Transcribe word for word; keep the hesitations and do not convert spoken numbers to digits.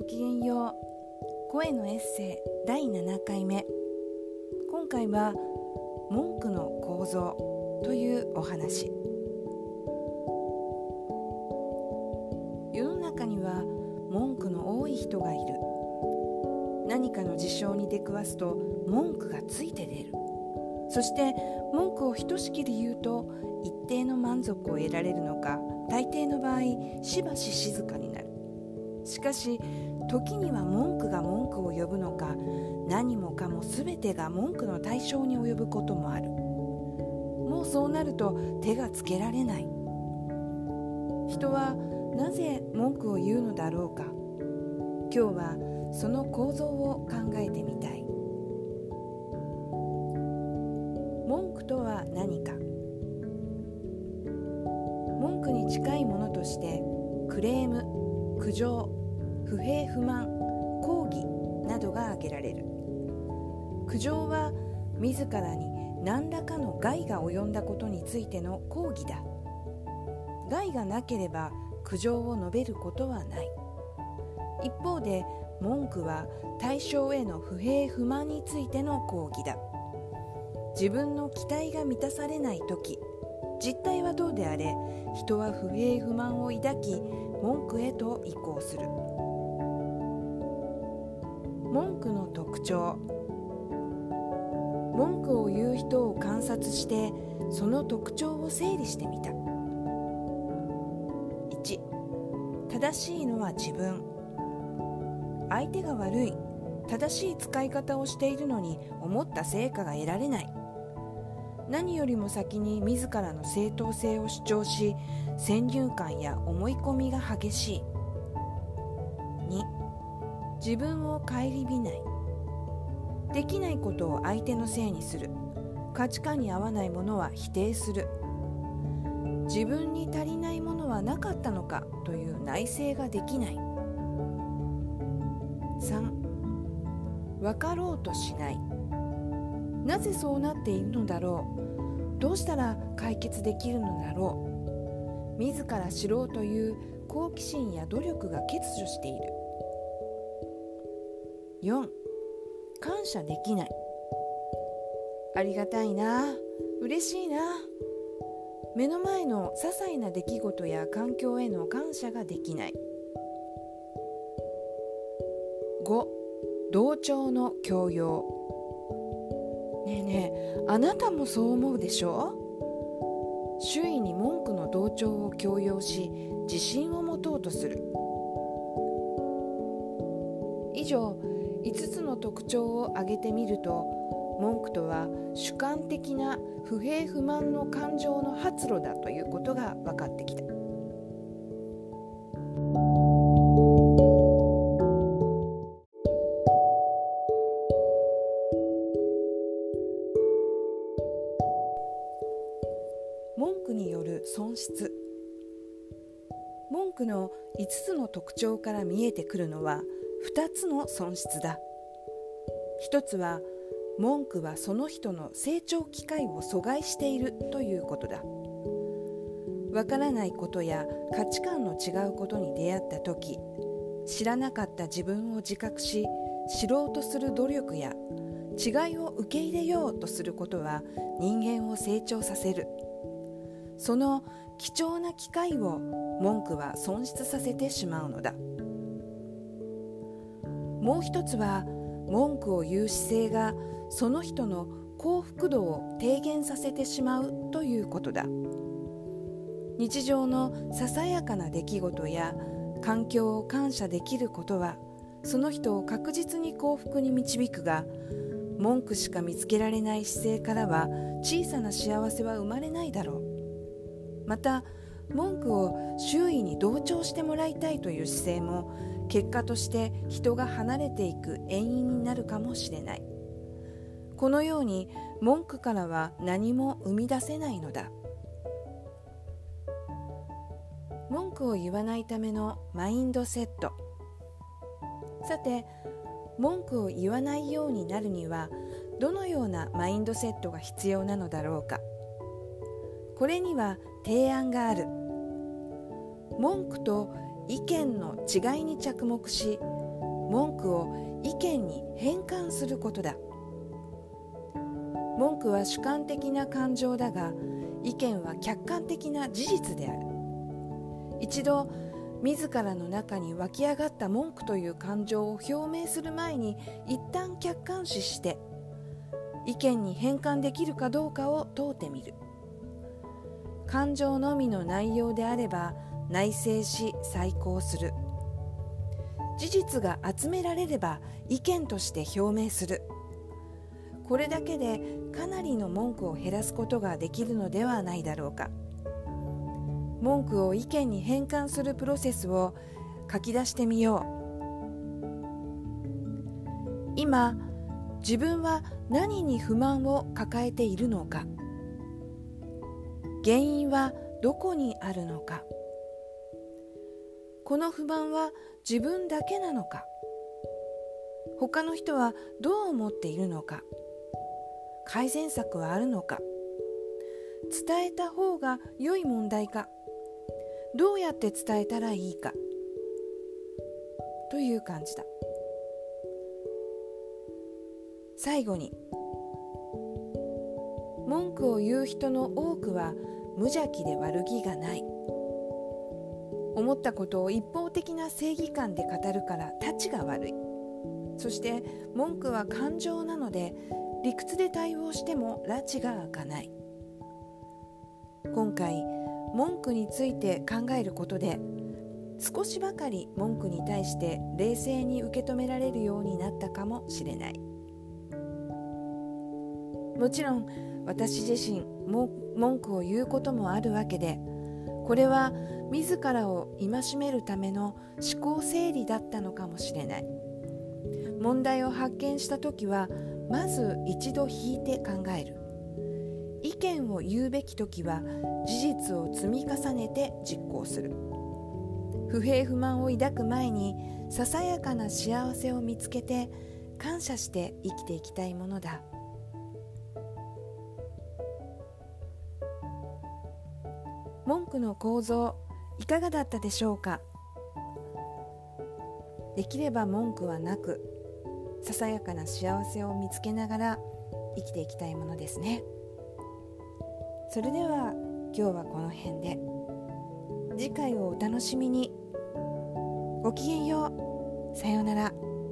きげんよう。声のエッセイだいななかいめ。今回は文句の構造というお話。世の中には文句の多い人がいる。何かの事象に出くわすと文句がついて出る。そして文句をひとしきり言うと一定の満足を得られるのか、大抵の場合しばし静かになる。しかし時には文句が文句を呼ぶのか、何もかも全てが文句の対象に及ぶこともある。もうそうなると手がつけられない。人はなぜ文句を言うのだろうか。今日はその構造を考えてみたい。文句とは何か。文句に近いものとしてクレーム、苦情、不平不満、抗議などが挙げられる。苦情は自らに何らかの害が及んだことについての抗議だ。害がなければ苦情を述べることはない。一方で文句は対象への不平不満についての抗議だ。自分の期待が満たされないとき、実態はどうであれ、人は不平不満を抱き、文句へと移行する。文句の特徴。文句を言う人を観察して、その特徴を整理してみた。いち、正しいのは自分。相手が悪い、正しい使い方をしているのに思った成果が得られない。何よりも先に自らの正当性を主張し、先入観や思い込みが激しい。に、自分を顧みない。できないことを相手のせいにする。価値観に合わないものは否定する。自分に足りないものはなかったのかという内省ができない。さん、分かろうとしない。なぜそうなっているのだろう。どうしたら解決できるのだろう。自ら知ろうという好奇心や努力が欠如している。よん、感謝できない。ありがたいな、嬉しいな。目の前の些細な出来事や環境への感謝ができない。ご、同調の強要。ねえねえ、あなたもそう思うでしょ？周囲に文句の同調を強要し、自信を持とうとする。以上、いつつの特徴を挙げてみると、文句とは主観的な不平不満の感情の発露だということが分かってきた。文句による損失。文句のいつつの特徴から見えてくるのはふたつの損失だ。ひとつは、文句はその人の成長機会を阻害しているということだ。わからないことや価値観の違うことに出会ったとき、知らなかった自分を自覚し、知ろうとする努力や違いを受け入れようとすることは人間を成長させる。その貴重な機会を文句は損失させてしまうのだ。もう一つは、文句を言う姿勢がその人の幸福度を低減させてしまうということだ。日常のささやかな出来事や環境を感謝できることはその人を確実に幸福に導くが、文句しか見つけられない姿勢からは小さな幸せは生まれないだろう。また、文句を周囲に同調してもらいたいという姿勢も結果として人が離れていく遠因になるかもしれない。このように文句からは何も生み出せないのだ。文句を言わないためのマインドセット。さて、文句を言わないようになるにはどのようなマインドセットが必要なのだろうか。これには提案がある。文句と意見の違いに着目し、 文句を意見に変換することだ。文句は主観的な感情だが、意見は客観的な事実である。一度自らの中に湧き上がった文句という感情を表明する前に、一旦客観視して意見に変換できるかどうかを問うてみる。感情のみの内容であれば内省し再考する。事実が集められれば意見として表明する。これだけでかなりの文句を減らすことができるのではないだろうか。文句を意見に変換するプロセスを書き出してみよう。今、自分は何に不満を抱えているのか。原因はどこにあるのか。この不満は自分だけなのか。他の人はどう思っているのか。改善策はあるのか。伝えた方が良い問題か。どうやって伝えたらいいか。という感じだ。最後に、文句を言う人の多くは無邪気で悪気がない。思ったことを一方的な正義感で語るからたちが悪い。そして文句は感情なので、理屈で対応しても埒が明かない。今回文句について考えることで、少しばかり文句に対して冷静に受け止められるようになったかもしれない。もちろん私自身も文句を言うこともあるわけで、これは自らを戒めるための思考整理だったのかもしれない。問題を発見したときは、まず一度引いて考える。意見を言うべきときは事実を積み重ねて実行する。不平不満を抱く前に、ささやかな幸せを見つけて感謝して生きていきたいものだ。文句の構造、いかがだったでしょうか。できれば文句はなく、ささやかな幸せを見つけながら生きていきたいものですね。それでは今日はこの辺で。次回をお楽しみに。ごきげんよう。さようなら。